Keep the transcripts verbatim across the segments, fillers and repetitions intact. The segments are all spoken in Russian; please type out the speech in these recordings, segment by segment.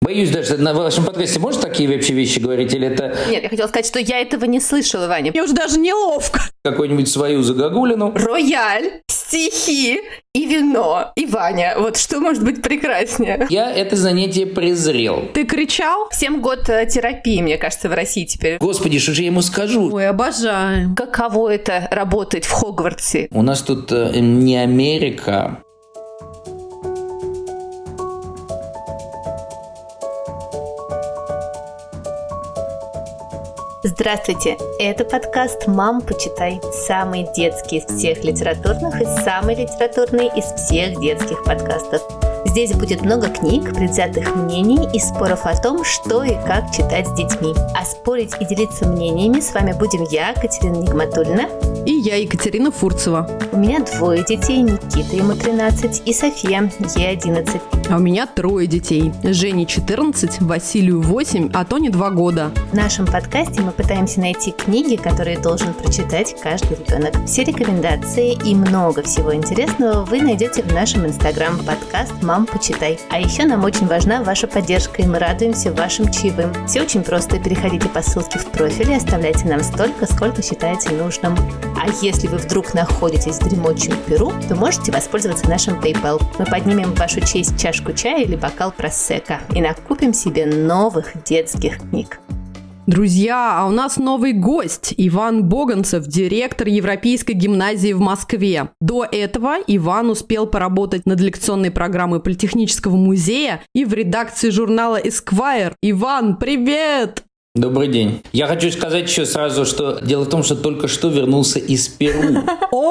Боюсь даже, на вашем подкасте можно такие вообще вещи говорить, или это... Нет, я хотела сказать, что я этого не слышала, Ваня. Мне уже даже неловко. Какую-нибудь свою загогулину. Рояль, стихи и вино. И Ваня. Вот что может быть прекраснее? Я это занятие презрел. Ты кричал? Семь год терапии, мне кажется, в России теперь. Господи, что же я ему скажу? Ой, обожаю. Каково это работать в Хогвартсе? У нас тут э, не Америка. Здравствуйте! Это подкаст «Мам, почитай». Самый детский из всех литературных и самый литературный из всех детских подкастов. Здесь будет много книг, предвзятых мнений и споров о том, что и как читать с детьми. А спорить и делиться мнениями с вами будем я, Катерина Нигматульна. И я, Екатерина Фурцева. У меня двое детей, Никита, ему тринадцать, и София, ей одиннадцать. А у меня трое детей. Жене четырнадцать, Василию восемь, а Тоне два года. В нашем подкасте мы пытаемся найти книги, которые должен прочитать каждый ребенок. Все рекомендации и много всего интересного вы найдете в нашем инстаграм-подкаст «Мам, почитай». А еще нам очень важна ваша поддержка, и мы радуемся вашим чаевым. Все очень просто. Переходите по ссылке в профиле и оставляйте нам столько, сколько считаете нужным. А если вы вдруг находитесь в дремучем Перу, то можете воспользоваться нашим PayPal. Мы поднимем в вашу честь чашку чая или бокал просекко и накупим себе новых детских книг. Друзья, а у нас новый гость. Иван Боганцев, директор Европейской гимназии в Москве. До этого Иван успел поработать над лекционной программой Политехнического музея и в редакции журнала Esquire. Иван, привет! Добрый день. Я хочу сказать еще сразу, что дело в том, что только что вернулся из Перу.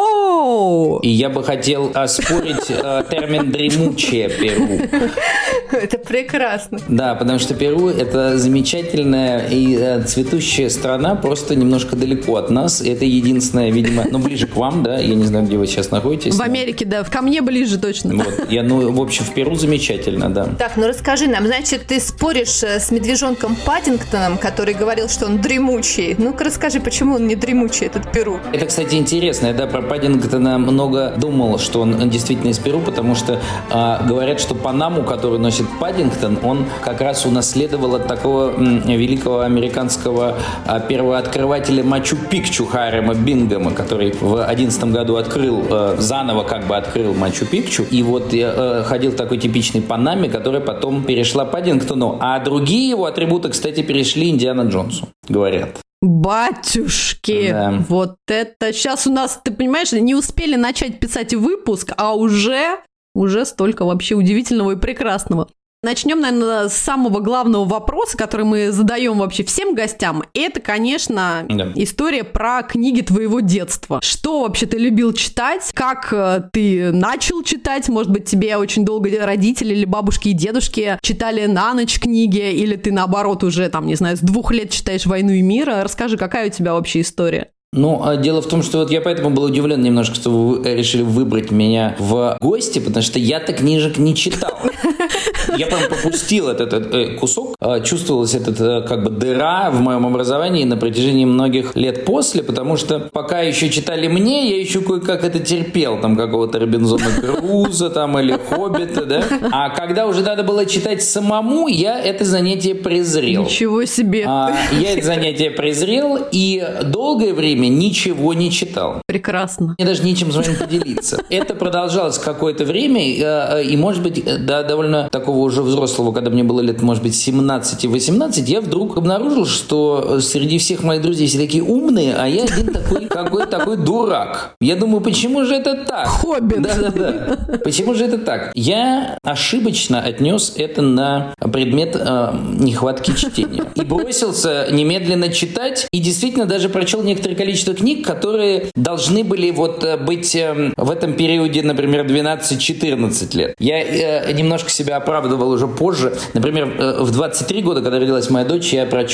О! И я бы хотел оспорить э, термин «дремучее Перу». Это прекрасно. Да, потому что Перу – это замечательная и э, цветущая страна, просто немножко далеко от нас. Это единственное, видимо, ну, ближе к вам, да? Я не знаю, где вы сейчас находитесь. В Америке, да. Ко мне ближе точно. Вот. Я, ну, в общем, в Перу замечательно, да. Так, ну расскажи нам, значит, ты споришь с медвежонком Паддингтоном, который говорил, что он дремучий. Ну-ка расскажи, почему он не дремучий, этот Перу? Это, кстати, интересно. Я, да, про Паддингтона много думал, что он действительно из Перу, потому что э, говорят, что Панаму, которую носит Паддингтон, он как раз унаследовал от такого м, великого американского э, первооткрывателя Мачу-Пикчу Хайрама Бингама, который в одиннадцатом году открыл, э, заново как бы открыл Мачу-Пикчу. И вот я э, ходил в такой типичной Панаме, которая потом перешла Паддингтону. А другие его атрибуты, кстати, перешли Индиана Джонсу, говорят. Батюшки, да. Вот это сейчас у нас, ты понимаешь, не успели начать писать выпуск, а уже, уже столько вообще удивительного и прекрасного. Начнем, наверное, с самого главного вопроса, который мы задаем вообще всем гостям. Это, конечно, да. История про книги твоего детства. Что вообще ты любил читать? Как ты начал читать? Может быть, тебе очень долго родители или бабушки и дедушки читали на ночь книги? Или ты, наоборот, уже, там, не знаю, с двух лет читаешь «Войну и мир»? Расскажи, какая у тебя вообще история? Ну, дело в том, что вот я поэтому был удивлен немножко, что вы решили выбрать меня в гости, потому что я-то книжек не читал. Я прям пропустил этот, этот кусок. Чувствовалась эта как бы дыра в моем образовании на протяжении многих лет после, потому что пока еще читали мне, я еще кое-как это терпел, там какого-то Робинзона Круза там или Хоббита, да? А когда уже надо было читать самому, я это занятие презрел. Ничего себе! А, я это занятие презрел и долгое время ничего не читал. Прекрасно. Мне даже нечем с вами поделиться. Это продолжалось какое-то время, и, может быть, до довольно такого уже взрослого, когда мне было лет, может быть, семнадцать-восемнадцать, я вдруг обнаружил, что среди всех моих друзей все такие умные, а я один такой, какой такой дурак. Я думаю, почему же это так? Хоббит. Да-да-да. Почему же это так? Я ошибочно отнес это на предмет э, нехватки чтения. И бросился немедленно читать, и действительно даже прочел некоторые количество количество книг, которые должны были вот быть э, в этом периоде, например, двенадцать-четырнадцать лет. Я э, немножко себя оправдывал уже позже. Например, э, в двадцать три года, когда родилась моя дочь, я прочел с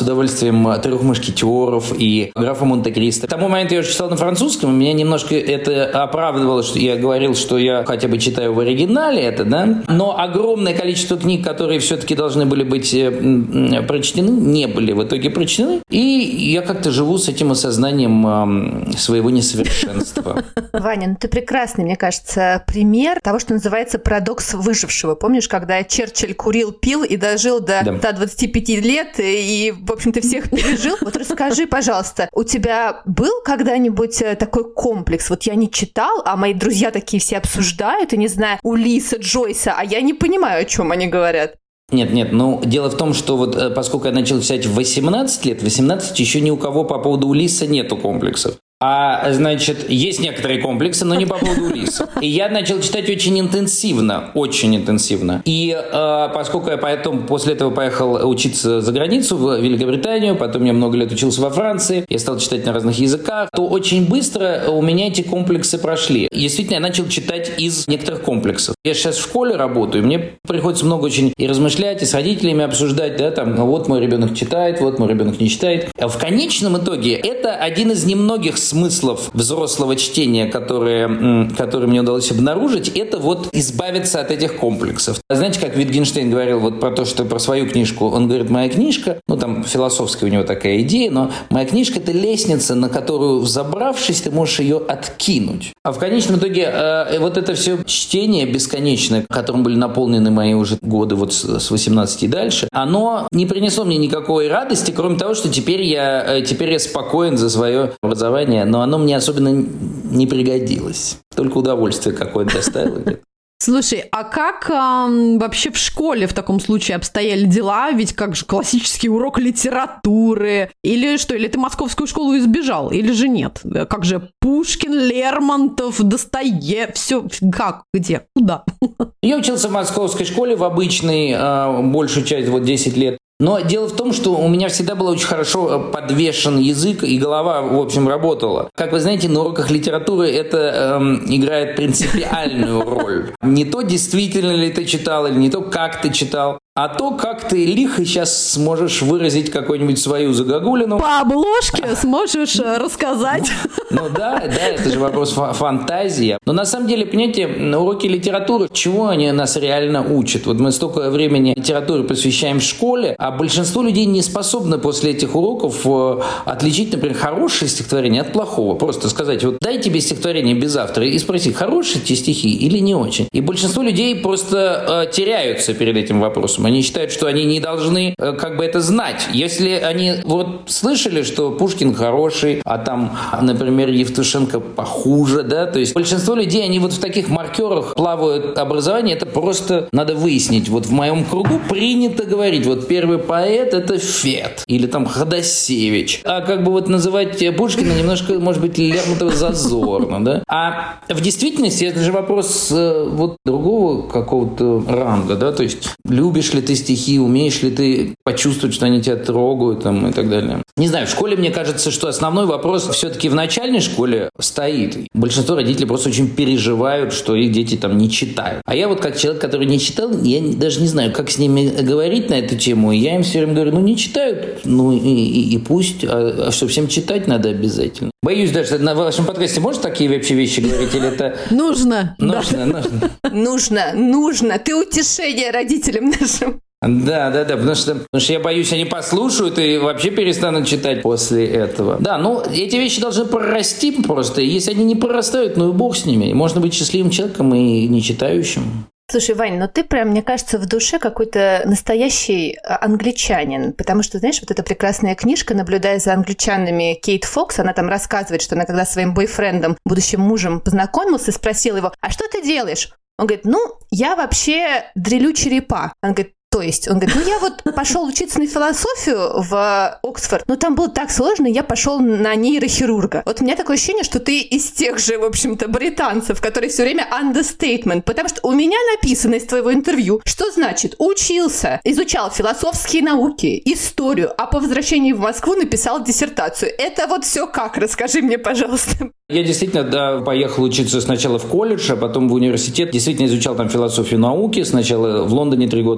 удовольствием «Трех мушкетеров» и «Графа Монте-Кристо». К тому моменту я уже читал на французском, и меня немножко это оправдывало, что я говорил, что я хотя бы читаю в оригинале это, да, но огромное количество книг, которые все-таки должны были быть прочтены, не были в итоге прочтены, и я как-то живу с этим осознанием своего несовершенства. Ваня, ну ты прекрасный, мне кажется, пример того, что называется парадокс выжившего. Помнишь, когда Черчилль курил, пил и дожил до да. ста двадцати пяти лет и, в общем-то, всех пережил? Вот расскажи, пожалуйста, у тебя был когда-нибудь такой комплекс? Вот я не читал, а мои друзья такие все обсуждают, и не знаю, Улисса, Джойса, а я не понимаю, о чем они говорят. Нет, нет, ну, дело в том, что вот поскольку я начал читать в восемнадцать лет, в восемнадцать еще ни у кого по поводу Улисса нету комплексов. А, значит, есть некоторые комплексы, но не по поводу Улисса. И я начал читать очень интенсивно, очень интенсивно. И э, поскольку я потом после этого поехал учиться за границу, в Великобританию, потом я много лет учился во Франции, я стал читать на разных языках, то очень быстро у меня эти комплексы прошли. И действительно, я начал читать из некоторых комплексов. Я сейчас в школе работаю, мне приходится много очень и размышлять, и с родителями обсуждать, да, там, вот мой ребенок читает, вот мой ребенок не читает. А в конечном итоге это один из немногих смыслов взрослого чтения, которые, которые мне удалось обнаружить, это вот избавиться от этих комплексов. Знаете, как Витгенштейн говорил вот про то, что про свою книжку, он говорит, моя книжка, ну там философская у него такая идея, но моя книжка — это лестница, на которую, взобравшись, ты можешь ее откинуть. А в конечном итоге э, вот это все чтение бесконечное, которым были наполнены мои уже годы вот с, с восемнадцати и дальше, оно не принесло мне никакой радости, кроме того, что теперь я, теперь я спокоен за свое образование, но оно мне особенно не пригодилось. Только удовольствие какое-то доставило. Слушай, а как э, вообще в школе в таком случае обстояли дела? Ведь как же классический урок литературы? Или что, или ты московскую школу избежал, или же нет? Как же Пушкин, Лермонтов, Достоевский, все, как, где, куда? Я учился в московской школе, в обычной, э, большую часть, вот десять лет. Но дело в том, что у меня всегда был очень хорошо подвешен язык, и голова, в общем, работала. Как вы знаете, на уроках литературы это эм, играет принципиальную роль. Не то, действительно ли ты читал, или не то, как ты читал, а то, как ты лихо сейчас сможешь выразить какую-нибудь свою загогулину. По обложке сможешь рассказать. Ну да, да, это же вопрос фантазии. Но на самом деле, понимаете, уроки литературы, чего они нас реально учат? Вот мы столько времени литературе посвящаем в школе, а большинство людей не способны после этих уроков отличить, например, хорошее стихотворение от плохого. Просто сказать, вот дай тебе стихотворение без автора и спроси, хорошие те стихи или не очень. И большинство людей просто э, теряются перед этим вопросом. Они считают, что они не должны э, как бы это знать. Если они вот слышали, что Пушкин хороший, а там, например, Евтушенко похуже, да, то есть большинство людей, они вот в таких маркерах плавают образование, это просто надо выяснить. Вот в моем кругу принято говорить, вот первый поэт — это Фет или там Ходосевич. А как бы вот называть Пушкина немножко, может быть, Лермонтова зазорно, да. А в действительности это же вопрос э, вот другого какого-то ранга, да, то есть любишь ли ты стихи, умеешь ли ты почувствовать, что они тебя трогают там, и так далее. Не знаю, в школе, мне кажется, что основной вопрос все-таки в начальной школе стоит. Большинство родителей просто очень переживают, что их дети там не читают. А я вот как человек, который не читал, я даже не знаю, как с ними говорить на эту тему. И я им все время говорю, ну не читают, ну и, и, и пусть, а, а что, всем читать надо обязательно. Боюсь даже, на вашем подкасте можно такие вообще вещи говорить, или это... Нужно. Нужно, нужно. Нужно, нужно. Ты утешение родителям нашим. Да, да, да, потому что, потому что я боюсь, они послушают и вообще перестанут читать после этого. Да, ну, эти вещи должны прорасти просто. Если они не прорастают, ну и бог с ними. Можно быть счастливым человеком и не читающим. Слушай, Вань, ну ты прям, мне кажется, в душе какой-то настоящий англичанин, потому что, знаешь, вот эта прекрасная книжка «Наблюдая за англичанами» Кейт Фокс, она там рассказывает, что она когда своим бойфрендом, будущим мужем, познакомился, спросила его, а что ты делаешь? Он говорит, ну, я вообще дрелю черепа. Он говорит, то есть, он говорит, ну я вот пошел учиться на философию в Оксфорд, но там было так сложно, я пошел на нейрохирурга. Вот у меня такое ощущение, что ты из тех же, в общем-то, британцев, которые все время understatement, потому что у меня написано из твоего интервью, что значит учился, изучал философские науки, историю, а по возвращении в Москву написал диссертацию. Это вот все как? Расскажи мне, пожалуйста. Я действительно, да, поехал учиться сначала в колледж, а потом в университет. Действительно изучал там философию науки. Сначала в Лондоне три года, потом в Париже.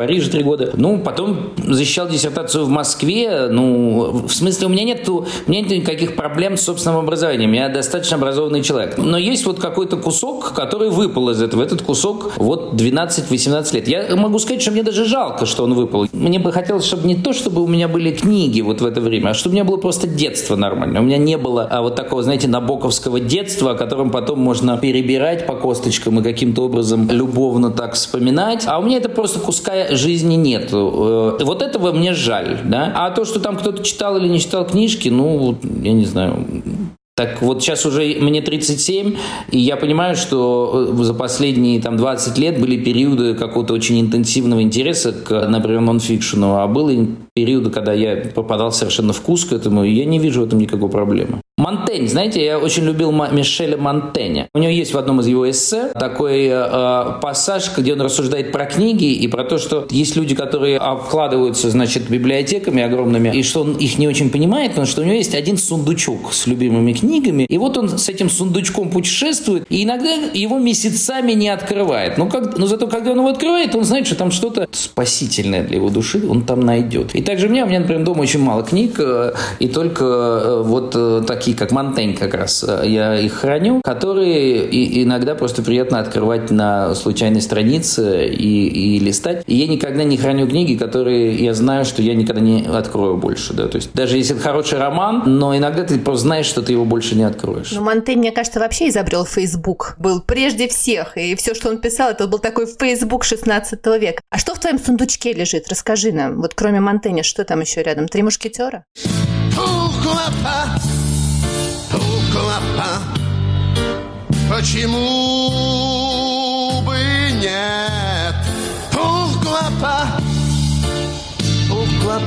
Париже три года. Ну, потом защищал диссертацию в Москве. Ну, в смысле, у меня нету, у меня нет никаких проблем с собственным образованием. Я достаточно образованный человек. Но есть вот какой-то кусок, который выпал из этого. Этот кусок вот двенадцать-восемнадцать лет. Я могу сказать, что мне даже жалко, что он выпал. Мне бы хотелось, чтобы не то, чтобы у меня были книги вот в это время, а чтобы у меня было просто детство нормальное. У меня не было а, вот такого, знаете, набоковского детства, о котором потом можно перебирать по косточкам и каким-то образом любовно так вспоминать. А у меня это просто куска жизни нету. Вот этого мне жаль, да. А то, что там кто-то читал или не читал книжки, ну, я не знаю... Так вот сейчас уже мне тридцать семь, и я понимаю, что за последние там, двадцать лет были периоды какого-то очень интенсивного интереса к, например, нонфикшену, а были периоды, когда я попадал совершенно вкус к этому, и я не вижу в этом никакой проблемы. Монтень, знаете, я очень любил Мишеля Монтэня. У него есть в одном из его эссе такой э, пассаж, где он рассуждает про книги и про то, что есть люди, которые обкладываются, значит, библиотеками огромными, и что он их не очень понимает, потому что у него есть один сундучок с любимыми книгами, и вот он с этим сундучком путешествует, и иногда его месяцами не открывает. Но, как, но зато, когда он его открывает, он знает, что там что-то спасительное для его души он там найдет. И также у меня, у меня, например, дома очень мало книг, и только вот такие, как Монтень как раз, я их храню, которые и иногда просто приятно открывать на случайной странице и, и листать. И я никогда не храню книги, которые я знаю, что я никогда не открою больше. Да? То есть даже если это хороший роман, но иногда ты просто знаешь, что ты его больше не откроешь. Ну, Монтень, мне кажется, вообще изобрел Facebook. Был прежде всех. И все, что он писал, это был такой Facebook шестнадцатого века. А что в твоем сундучке лежит? Расскажи нам. Вот кроме Монтэня, что там еще рядом? Три мушкетера? Почему бы нет? Pourquoi pourquoi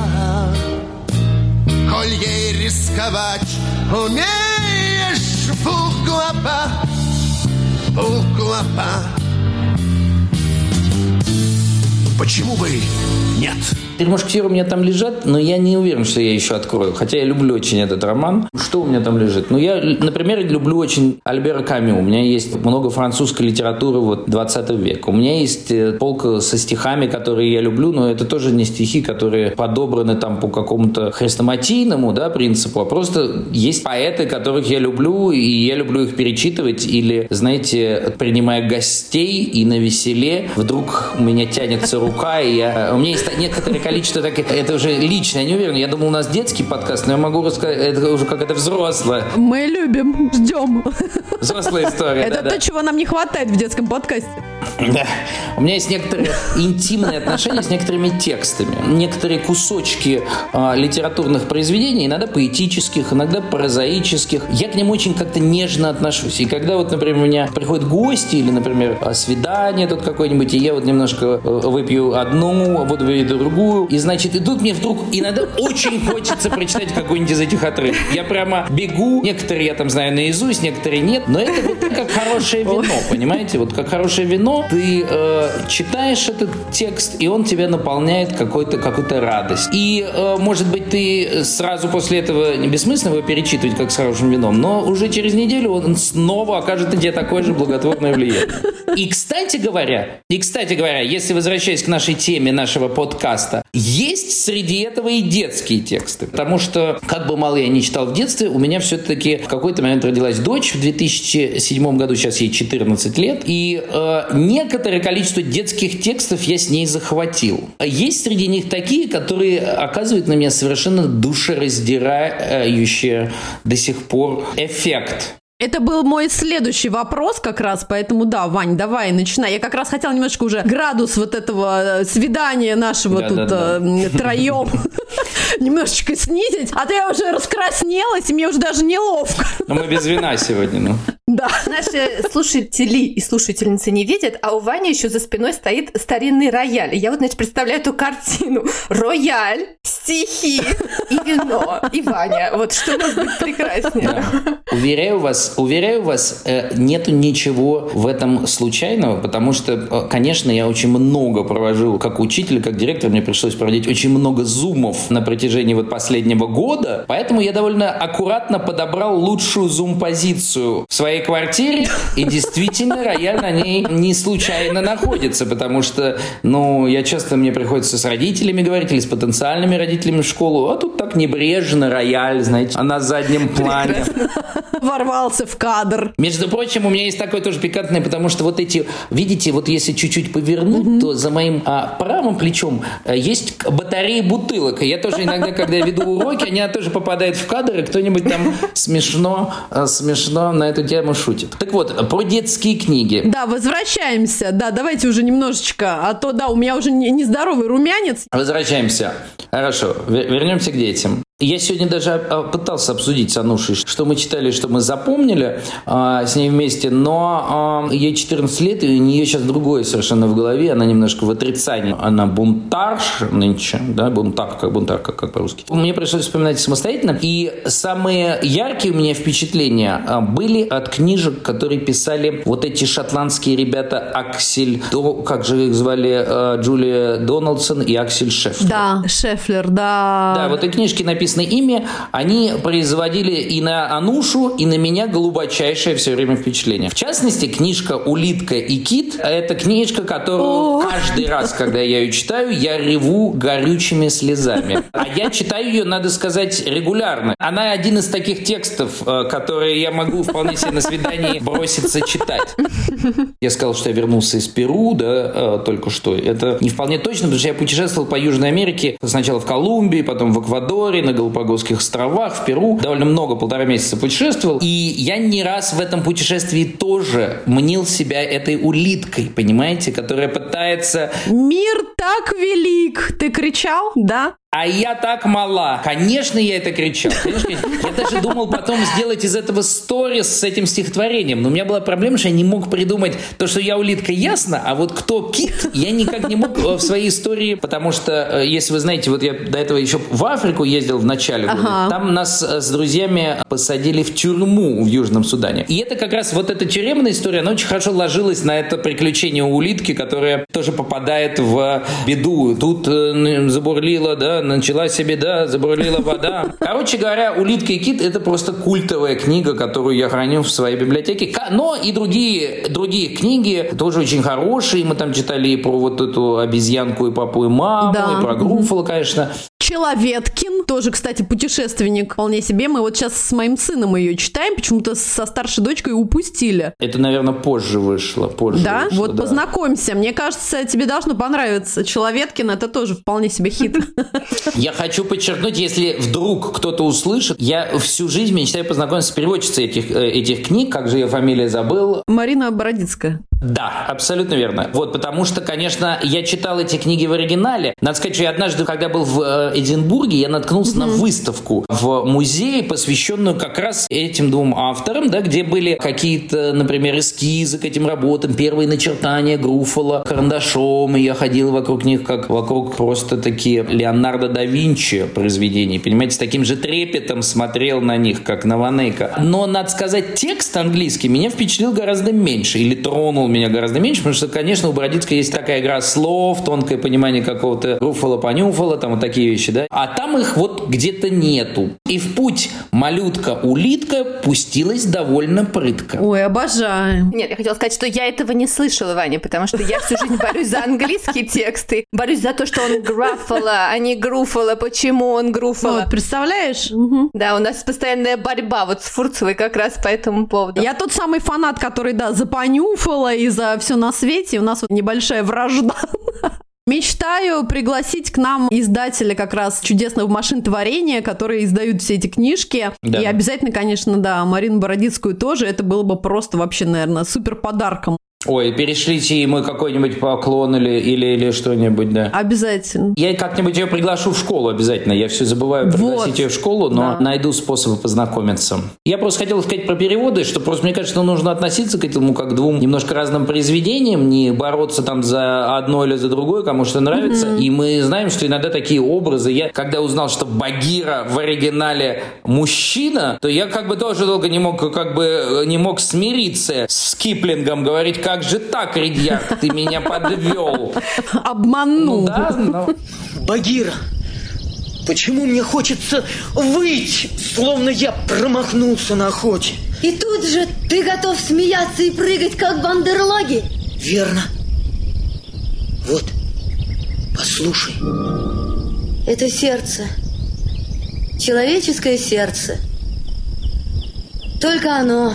коль ей рисковать умеешь, pourquoi pourquoi почему бы нет? Три мушкетера у меня там лежат, но я не уверен, что я еще открою. Хотя я люблю очень этот роман. Что у меня там лежит? Ну, я, например, люблю очень Альбера Камю. У меня есть много французской литературы вот, двадцатого века. У меня есть полка со стихами, которые я люблю, но это тоже не стихи, которые подобраны там по какому-то хрестоматийному, да, принципу, а просто есть поэты, которых я люблю, и я люблю их перечитывать. Или, знаете, принимая гостей и на веселе, вдруг у меня тянется рука, и я... у меня есть некоторые количество, так, это уже лично, я не уверен. Я думал, у нас детский подкаст, но я могу рассказать, это уже как это взрослое. Мы любим, ждем. Взрослая история. Это да, то, да. чего нам не хватает в детском подкасте. Да. У меня есть некоторые интимные отношения с некоторыми текстами. Некоторые кусочки э, литературных произведений, иногда поэтических, иногда прозаических. Я к ним очень как-то нежно отношусь. И когда вот, например, у меня приходят гости или, например, свидание тут какое-нибудь, и я вот немножко выпью одну, вот выпью другую, и, значит, и тут мне вдруг иногда очень хочется прочитать какой-нибудь из этих отрывков. Я прямо бегу, некоторые я там знаю наизусть, некоторые нет, но это вот как хорошее вино, понимаете? Вот как хорошее вино, ты э, читаешь этот текст, и он тебя наполняет какой-то, какой-то радость. И, э, может быть, ты сразу после этого не бессмысленно его перечитывать, как с хорошим вином, но уже через неделю он снова окажет на тебя такое же благотворное влияние. И, кстати говоря, и, кстати говоря, если возвращаясь к нашей теме нашего подкаста, есть среди этого и детские тексты. Потому что, как бы мало я не читал в детстве, у меня все-таки в какой-то момент родилась дочь в две тысячи седьмом году, сейчас ей четырнадцать лет, и э, некоторое количество детских текстов я с ней захватил. Есть среди них такие, которые оказывают на меня совершенно душераздирающий до сих пор эффект. Это был мой следующий вопрос как раз, поэтому да, Вань, давай, начинай. Я как раз хотела немножко уже градус вот этого свидания нашего да, тут да, да. э, троем немножечко снизить, а то я уже раскраснелась, и мне уже даже неловко. Но мы без вина сегодня, ну. Да. Наши слушатели и слушательницы не видят, а у Вани еще за спиной стоит старинный рояль. И я вот, значит, представляю эту картину. Рояль, стихи и вино, и Ваня. Вот что может быть прекраснее? Да. Уверяю вас, уверяю вас, нету ничего в этом случайного, потому что, конечно, я очень много провожу как учитель, как директор, мне пришлось проводить очень много зумов на протяжении вот последнего года, поэтому я довольно аккуратно подобрал лучшую зум-позицию в своей своей квартире и действительно рояль на ней не случайно находится, потому что, ну, я часто, мне приходится с родителями говорить или с потенциальными родителями в школу, а тут так небрежно рояль, знаете, на заднем плане. Ворвался в кадр. Между прочим, у меня есть такое тоже пикантное, потому что вот эти, видите, вот если чуть-чуть повернуть, mm-hmm. то за моим а, правым плечом а, есть батареи бутылок. И я тоже иногда, когда я веду уроки, они тоже попадают в кадр, и кто-нибудь там смешно, а, смешно на эту тему шутит. Так вот, про детские книги. Да, возвращаемся. Да, давайте уже немножечко, а то, да, у меня уже нездоровый румянец. Возвращаемся. Хорошо, вернемся к детям. Я сегодня даже пытался обсудить с Анушей, что мы читали, что мы запомнили а, с ней вместе, но а, ей четырнадцать лет, и у нее сейчас другое совершенно в голове, она немножко в отрицании. Она бунтарша нынче, да, бунтар, как бунтар, как, как по-русски. Мне пришлось вспоминать самостоятельно, и самые яркие у меня впечатления а, были от книжек, которые писали вот эти шотландские ребята Аксель, До, как же их звали, а, Джулия Дональдсон и Аксель Шефлер. Да, Шефлер, да. Да, вот эти книжки написаны ими, они производили и на Анушу, и на меня глубочайшее все время впечатление. В частности, книжка «Улитка и кит» — это книжка, которую О! каждый раз, когда я ее читаю, я реву горючими слезами. А я читаю ее, надо сказать, регулярно. Она один из таких текстов, которые я могу вполне себе на свидании броситься читать. Я сказал, что я вернулся из Перу, да, только что. Это не вполне точно, потому что я путешествовал по Южной Америке, сначала в Колумбии, потом в Эквадоре, на Галапагосских островах, в Перу. Довольно много, полтора месяца путешествовал. И я не раз в этом путешествии тоже мнил себя этой улиткой, понимаете, которая пытается... Мир так велик! Ты кричал, да? А я так мала. Конечно, я это кричал. Конечно, я даже думал потом сделать из этого сторис с этим стихотворением. Но у меня была проблема, что я не мог придумать то, что я улитка, ясно, а вот кто кит, я никак не мог в своей истории, потому что, если вы знаете, вот я до этого еще в Африку ездил в начале года, ага. Там нас с друзьями посадили в тюрьму в Южном Судане. И это как раз вот эта тюремная история, она очень хорошо ложилась на это приключение улитки, которая тоже попадает в беду. Тут э, забурлила, да, начала себе, да, забурлила вода. Короче говоря, «Улитка и кит» — это просто культовая книга, которую я храню в своей библиотеке. Но и другие, другие книги тоже очень хорошие. Мы там читали и про вот эту обезьянку, и папу, и маму, да. И про Груффало, конечно. Человеткин, тоже, кстати, путешественник вполне себе. Мы вот сейчас с моим сыном ее читаем, почему-то со старшей дочкой упустили. Это, наверное, позже вышло. Позже да? вышло, вот да. Познакомься. Мне кажется, тебе должно понравиться. Человеткин — это тоже вполне себе хит. Я хочу подчеркнуть, если вдруг кто-то услышит, я всю жизнь мечтаю познакомиться с переводчицей этих, этих книг. Как же ее фамилия забыл? Марина Бородицкая. Да, абсолютно верно. Вот, потому что, конечно, я читал эти книги в оригинале. Надо сказать, что я однажды, когда был в Эдинбурге, я наткнулся mm-hmm. на выставку в музее, посвященную как раз этим двум авторам, да, где были какие-то, например, эскизы к этим работам, первые начертания Груффало карандашом, и я ходил вокруг них, как вокруг просто такие Леонардо да Винчи произведений, понимаете, с таким же трепетом смотрел на них, как на Ван Эйка. Но, надо сказать, текст английский меня впечатлил гораздо меньше, или тронул меня гораздо меньше, потому что, конечно, у Бородицкой есть такая игра слов, тонкое понимание какого-то Груффало-понюффало, там вот такие вещи, да, а там их вот где-то нету. И в путь малютка-улитка пустилась довольно прытко. Ой, обожаю. Нет, я хотела сказать, что я этого не слышала, Ваня, потому что я всю жизнь борюсь за английские тексты, борюсь за то, что он Груффало, а не Груффало, почему он Груффало. Вот, представляешь? Угу. Да, у нас постоянная борьба вот с Фурцевой как раз по этому поводу. Я тот самый фанат, который, да, за понюфало и за все на свете. У нас вот небольшая вражда. Мечтаю пригласить к нам издателя как раз чудесного машинотворения, которые издают все эти книжки. Да. И обязательно, конечно, да, Марину Бородицкую тоже. Это было бы просто вообще, наверное, супер подарком. Ой, перешлите ему какой-нибудь поклон или, или, или что-нибудь, да. Обязательно. Я как-нибудь ее приглашу в школу обязательно. Я все забываю пригласить вот. ее в школу, но да. найду способы познакомиться. Я просто хотел сказать про переводы, что просто мне кажется, что нужно относиться к этому как к двум немножко разным произведениям, не бороться там за одно или за другое, кому что нравится. Mm-hmm. И мы знаем, что иногда такие образы. Я, когда узнал, что Багира в оригинале мужчина, то я как бы тоже долго не мог, как бы, не мог смириться с Киплингом, говорить, как же так, Редьяк, ты меня подвел. Обманул. Ну, да, но... Багира, почему мне хочется выть, словно я промахнулся на охоте? И тут же Ты готов смеяться и прыгать, как бандерлоги? Верно. Вот, послушай. Это сердце. Человеческое сердце. Только оно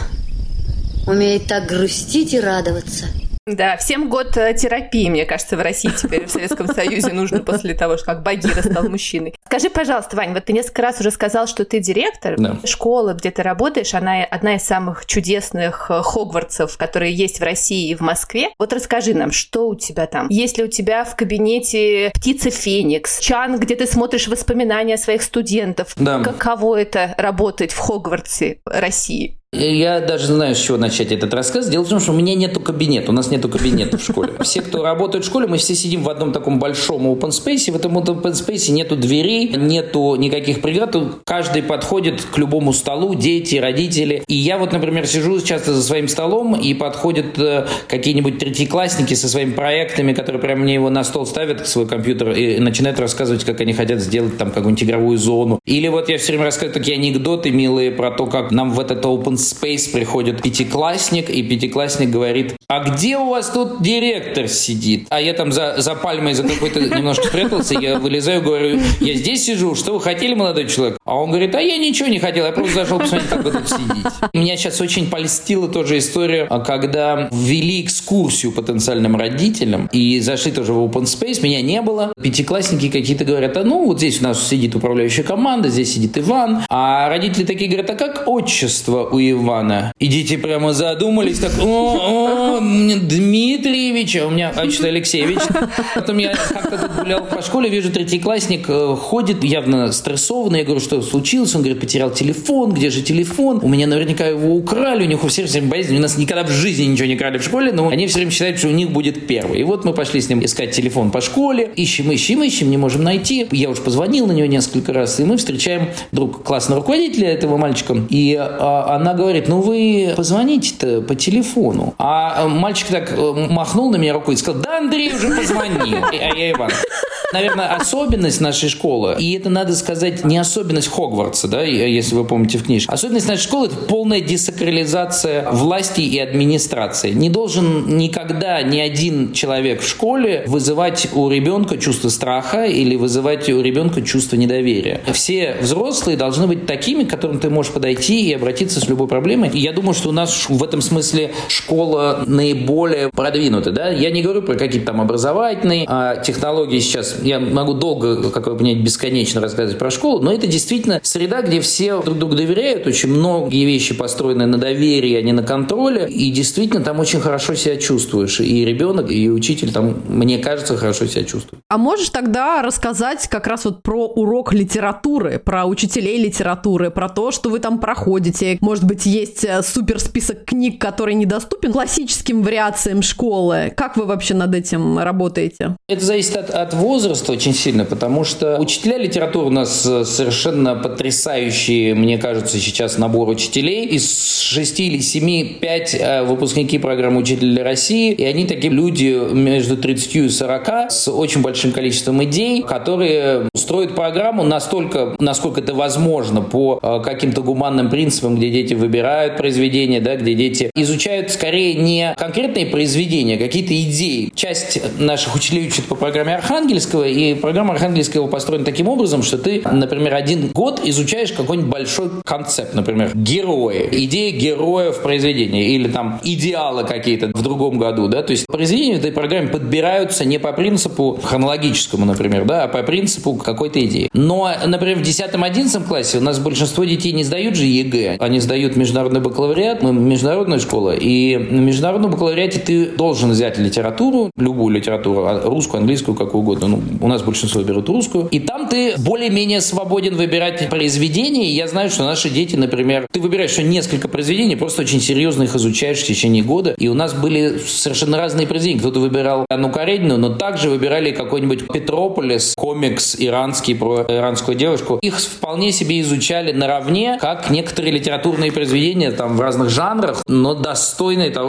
умеет так грустить и радоваться. Да, всем год терапии, мне кажется, в России теперь, в Советском Союзе нужно после того, как Багира стал мужчиной. Скажи, пожалуйста, Вань, вот ты несколько раз уже сказал, что ты директор. Да. Школа, где ты работаешь, она одна из самых чудесных хогвартсов, которые есть в России и в Москве. Вот расскажи нам, что у тебя там? Есть ли у тебя в кабинете птица Феникс, чан, где ты смотришь воспоминания своих студентов? Да. Каково это работать в Хогвартсе России? Я даже знаю, с чего начать этот рассказ. Дело в том, что у меня нету кабинета, у нас нету кабинета в школе. Все, кто работает в школе, мы все сидим в одном таком большом open space. В этом open space нету дверей, нету никаких преград. Каждый подходит к любому столу, дети, родители. И я вот, например, сижу часто за своим столом, и подходят какие-нибудь третьеклассники со своими проектами, которые прямо мне его на стол ставят, свой компьютер, и начинают рассказывать, как они хотят сделать там какую-нибудь игровую зону. Или вот я все время рассказываю такие анекдоты милые про то, как нам в этот open space приходит пятиклассник, и пятиклассник говорит: а где у вас тут директор сидит? А я там за, за пальмой за какой-то немножко спрятался, я вылезаю, говорю: я здесь сижу, что вы хотели, молодой человек? А он говорит: а я ничего не хотел, я просто зашел посмотреть, как вы тут сидите. Меня сейчас очень польстила тоже история, когда ввели экскурсию потенциальным родителям и зашли тоже в open space, меня не было. Пятиклассники какие-то говорят: а ну вот здесь у нас сидит управляющая команда, здесь сидит Иван. А родители такие говорят: а как отчество у Ивана? И дети прямо задумались, так: о, о, Дмитриевич, а у меня отчество Алексеевич. Потом я как-то тут гулял по школе, вижу, третьеклассник ходит явно стрессованный. Я говорю: что случилось? Он говорит: потерял телефон. Где же телефон? У меня наверняка его украли. У них у всех все время боязнь. У нас никогда в жизни ничего не крали в школе, но они все время считают, что у них будет первый. И вот мы пошли с ним искать телефон по школе. Ищем, ищем, ищем, не можем найти. Я уж позвонил на него несколько раз, и мы встречаем вдруг классного руководителя этого мальчика. И а, она говорит: ну вы позвоните-то по телефону. А мальчик так махнул на меня рукой и сказал: да, Андрей уже позвонил. А я Иван. Наверное, особенность нашей школы, и это, надо сказать, не особенность Хогвартса, да, если вы помните в книжке. Особенность нашей школы – это полная десакрализация власти и администрации. Не должен никогда ни один человек в школе вызывать у ребенка чувство страха или вызывать у ребенка чувство недоверия. Все взрослые должны быть такими, к которым ты можешь подойти и обратиться с любой проблемой. И я думаю, что у нас в этом смысле школа наиболее продвинутая. Да? Я не говорю про какие-то там образовательные а технологии сейчас. Я могу долго, как вы понимаете, бесконечно рассказывать про школу, но это действительно среда, где все друг другу доверяют. Очень многие вещи построены на доверии, а не на контроле. И действительно там очень хорошо себя чувствуешь. И ребенок, и учитель там, мне кажется, хорошо себя чувствует. А можешь тогда рассказать как раз вот про урок литературы, про учителей литературы, про то, что вы там проходите? Может быть, есть супер список книг, который недоступен классическим вариациям школы. Как вы вообще над этим работаете? Это зависит от, от возраста очень сильно, потому что учителя литературы у нас совершенно потрясающие, мне кажется, сейчас набор учителей. Из шести или семи пять выпускники программы «Учитель для России», и они такие люди между тридцатью и сорока с очень большим количеством идей, которые строят программу настолько, насколько это возможно, по каким-то гуманным принципам, где дети выбирают произведения, да, где дети изучают скорее не конкретные произведения, а какие-то идеи. Часть наших учителей учат по программе Архангельского, и программа Архангельского построена таким образом, что ты, например, один год изучаешь какой-нибудь большой концепт, например, герои, идея героя в произведении, или там идеалы какие-то в другом году, да, то есть произведения в этой программе подбираются не по принципу хронологическому, например, да, а по принципу какой-то идеи. Но, например, в десятом-одиннадцатом классе у нас большинство детей не сдают же ЕГЭ, они сдают международный бакалавриат, мы международная школа, и на международном бакалавриате ты должен взять литературу, любую литературу, русскую, английскую, какую угодно, ну, у нас большинство берут русскую, и там ты более-менее свободен выбирать произведения, и я знаю, что наши дети, например, ты выбираешь еще несколько произведений, просто очень серьезно их изучаешь в течение года, и у нас были совершенно разные произведения. Кто-то выбирал Анну Каренину, но также выбирали какой-нибудь Петрополис, комикс иранский про иранскую девушку. Их вполне себе изучали наравне, как некоторые литературные произведения там в разных жанрах, но достойные того, чтобы их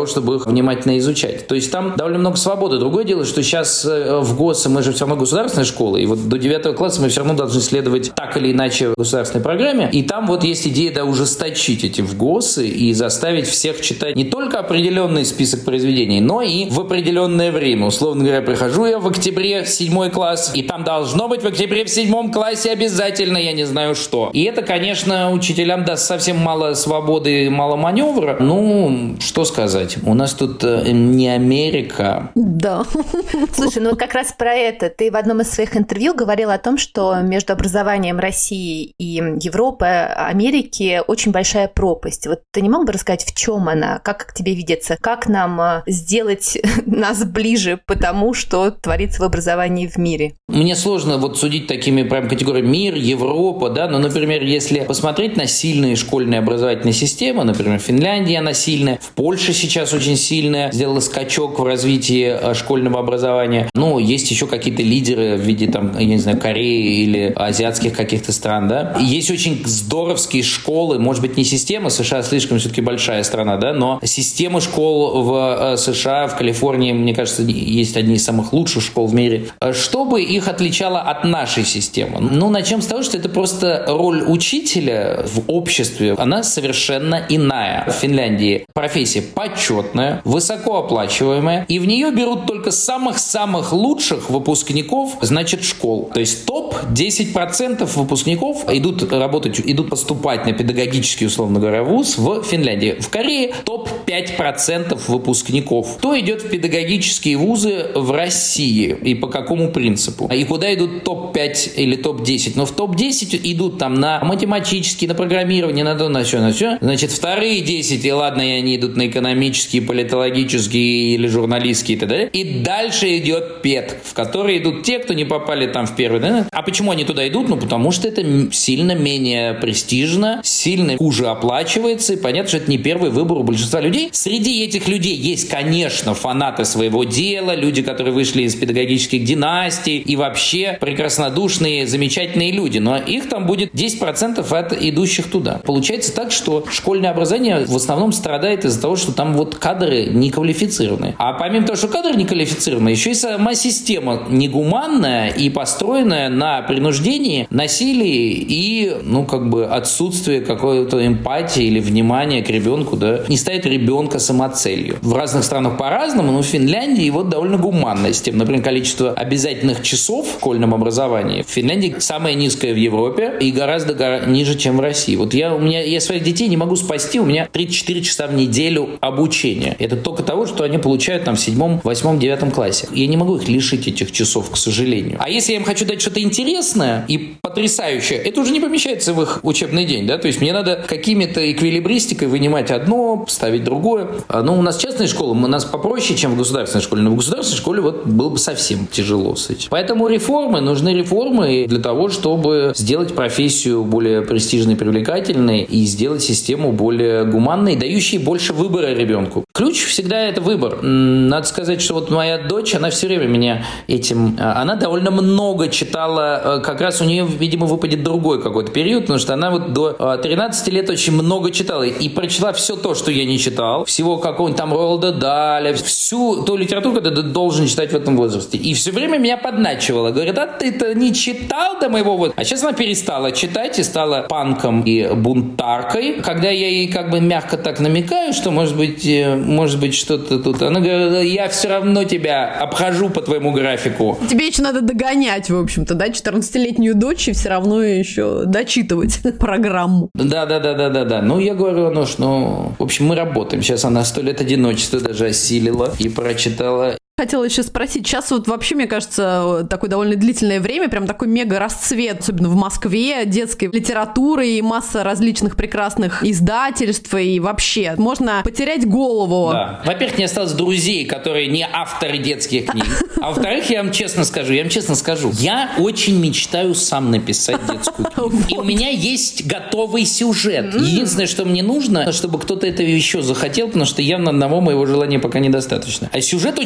их внимательно изучать. То есть там довольно много свободы. Другое дело, что сейчас в ГОСе мы же все равно государственная школа, и вот до девятого класса мы все равно должны следовать так или иначе в государственной программе. И там вот есть идея, да, ужесточить эти ВГОСы и заставить всех читать не только определенный список произведений, но и в определенное время. Условно говоря, прихожу я в октябре в седьмой класс, и там должно быть в октябре в седьмом классе обязательно, я не знаю что. И это, конечно, учителям даст совсем мало свободы, мало маневра. Ну, что сказать, у нас тут не Америка. Да. Слушай, ну как раз про это. Ты в одном из своих интервью говорил о том, что между образованием России и Европы, Америки очень большая пропасть. Вот ты не мог бы рассказать, в чем она? Как тебе видится? Как нам сделать нас ближе по тому, что творится в образовании в мире? Мне сложно вот судить такими прям категориями: мир, Европа, да, но, например, если посмотреть на сильные школьные образовательные системы, например, в Финляндии она сильная, в Польше сейчас очень сильная, сделала скачок в развитии школьного образования. Ну, есть еще какие-то лидеры в виде, там, я не знаю, Кореи или азиатских каких-то стран, да. Есть очень здоровские школы, может быть, не система, США слишком все-таки большая страна, да, но системы школ в США, в Калифорнии, мне кажется, есть одни из самых лучших школ в мире. Что бы их отличало от нашей системы? Ну, начнем с того, что это просто роль учителя в обществе, она совершенно иная. В Финляндии профессия почетная, высокооплачиваемая, и в нее берут только самых-самых лучших выпускников, значит, школ. То есть топ десять процентов выпускников идут работать, идут поступать на педагогический, условно говоря, вуз в Финляндии. В Корее топ пять процентов выпускников. Кто идет в педагогические вузы в России и по какому принципу? И куда идут топ пять или топ десять? Но в топ десять идут там на математические, на программирование, на то, на все, на все. Значит, вторые десять, и ладно, и они идут на экономические, политологические или журналистские и так далее. И дальше идет пед, в который идут те, кто не попали там в первый. Да? А почему они туда идут? Ну, потому что это сильно менее престижно, сильно хуже оплачивается, и понятно, что это не первый выбор у большинства людей. Среди этих людей есть, конечно, фанаты своего дела, люди, которые вышли из педагогических династий, и вообще прекраснодушные, замечательные люди. Но их там будет десять процентов от идущих туда. Получается так, что школьное образование в основном страдает из-за того, что там вот кадры неквалифицированные. А помимо того, что кадры неквалифицированные, еще и сама система негуманная и построенная на принуждении, насилии и, ну, как бы отсутствии какой-то эмпатии или внимания к ребенку, да, не ставит ребенка самоцелью. В разных странах по-разному, но в Финляндии вот довольно гуманная система. Например, количество обязательных часов в школьном образовании в Финляндии самое низкое в Европе и гораздо гора- ниже, чем в России. Вот я, у меня, я своих детей не могу спасти, у меня тридцать четыре часа в неделю обучения. Это только того, что они получают там в седьмом, восьмом, девятом классе. Я не могу их лишить этих часов, к сожалению. А если я им хочу дать что-то интересное и потрясающее, это уже не помещается в их учебный день, да, то есть мне надо какими-то эквилибристикой вынимать одно, ставить другое. Ну, у нас частные школы, у нас попроще, чем в государственной школе, но в государственной школе вот было бы совсем тяжело с этим. Поэтому реформы, нужны реформы для того, чтобы сделать профессию более престижной, привлекательной и сделать систему более гуманной, дающей больше выбора ребенку. Ключ всегда это выбор. Надо сказать, что вот моя дочь, она все время меня этим... Она довольно много читала, как раз у нее, видимо, выпадет другой какой-то период, потому что она вот до тринадцати лет очень много читала и прочла все то, что я не читал, всего какого-нибудь там Роалда Даля, всю ту литературу, которую ты должен читать в этом возрасте. И все время меня подначивала. Говорит, а ты-то не читал до моего возраста? А сейчас она перестала читать и стала панком и бунтаркой. Когда я ей как бы мягко так намекаю, что может быть, может быть что-то тут, она говорит, я все равно тебя обхожу по твоему графику. Тебе еще надо догонять, в общем-то, да, четырнадцатилетнюю дочь и все равно еще дочитывать программу. Да-да-да-да-да. Ну, я говорю, ну, ну, в общем, мы работаем. Сейчас она сто лет одиночества даже осилила и прочитала. Хотела еще спросить, сейчас вот вообще, мне кажется, такое довольно длительное время, прям такой мега расцвет, особенно в Москве, детской литературы и масса различных прекрасных издательств, и вообще можно потерять голову. Да. Во-первых, не осталось друзей, которые не авторы детских книг. А во-вторых, я вам честно скажу, я вам честно скажу, я очень мечтаю сам написать детскую книгу. И у меня есть готовый сюжет. Единственное, что мне нужно, чтобы кто-то это еще захотел, потому что явно одного моего желания пока недостаточно. А сюжет очень простой.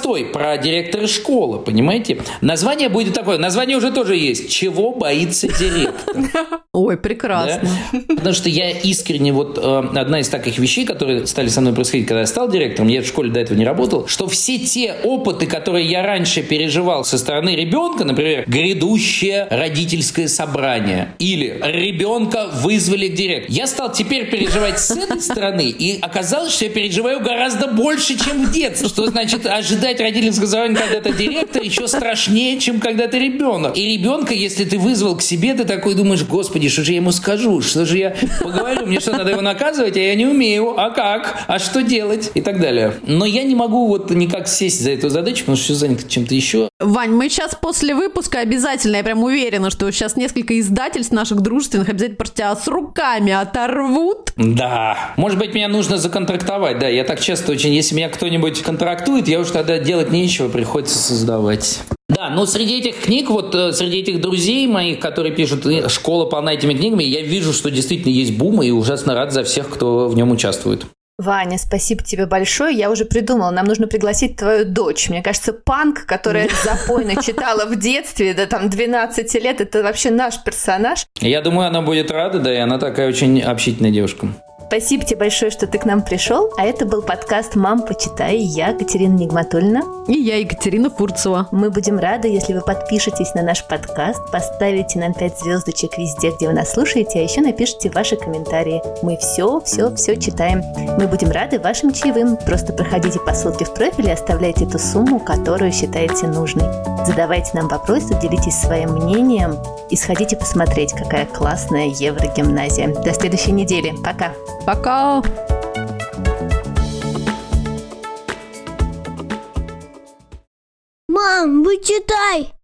простой, про директора школы, понимаете? Название будет такое, название уже тоже есть. «Чего боится директор?» Ой, прекрасно. Да? Потому что я искренне, вот э, одна из таких вещей, которые стали со мной происходить, когда я стал директором, я в школе до этого не работал, что все те опыты, которые я раньше переживал со стороны ребенка, например, грядущее родительское собрание или ребенка вызвали к директору, я стал теперь переживать с этой стороны, и оказалось, что я переживаю гораздо больше, чем в детстве. Что значит ожидать родительского собрания, когда ты директор, еще страшнее, чем когда ты ребенок. И ребенка, если ты вызвал к себе, ты такой думаешь: господи, что же я ему скажу, что же я поговорю, мне что, надо его наказывать, а я не умею, а как, а что делать и так далее. Но я не могу вот никак сесть за эту задачу, потому что все занято чем-то еще. Вань, мы сейчас после выпуска обязательно, я прям уверена, что сейчас несколько издательств наших дружественных обязательно просто тебя с руками оторвут. Да, может быть, меня нужно законтрактовать, да, я так часто очень, если меня кто-нибудь контрактует, я уж тогда делать нечего, приходится создавать. Да, но среди этих книг, вот среди этих друзей моих, которые пишут «Школа полна этими книгами», я вижу, что действительно есть бум, и ужасно рад за всех, кто в нем участвует. Ваня, спасибо тебе большое. Я уже придумала, нам нужно пригласить твою дочь. Мне кажется, Панк, которая запойно читала в детстве, до там двенадцати лет, это вообще наш персонаж. Я думаю, она будет рада, да, и она такая очень общительная девушка. Спасибо тебе большое, что ты к нам пришел. А это был подкаст «Мам, почитай». Я Катерина Нигматульна. И я Екатерина Фурцева. Мы будем рады, если вы подпишетесь на наш подкаст, поставите нам пять звездочек везде, где вы нас слушаете, а еще напишите ваши комментарии. Мы все, все, все читаем. Мы будем рады вашим чаевым. Просто проходите по ссылке в профиле и оставляйте ту сумму, которую считаете нужной. Задавайте нам вопросы, делитесь своим мнением и сходите посмотреть, какая классная Еврогимназия. До следующей недели. Пока! Пока! Мам, почитай!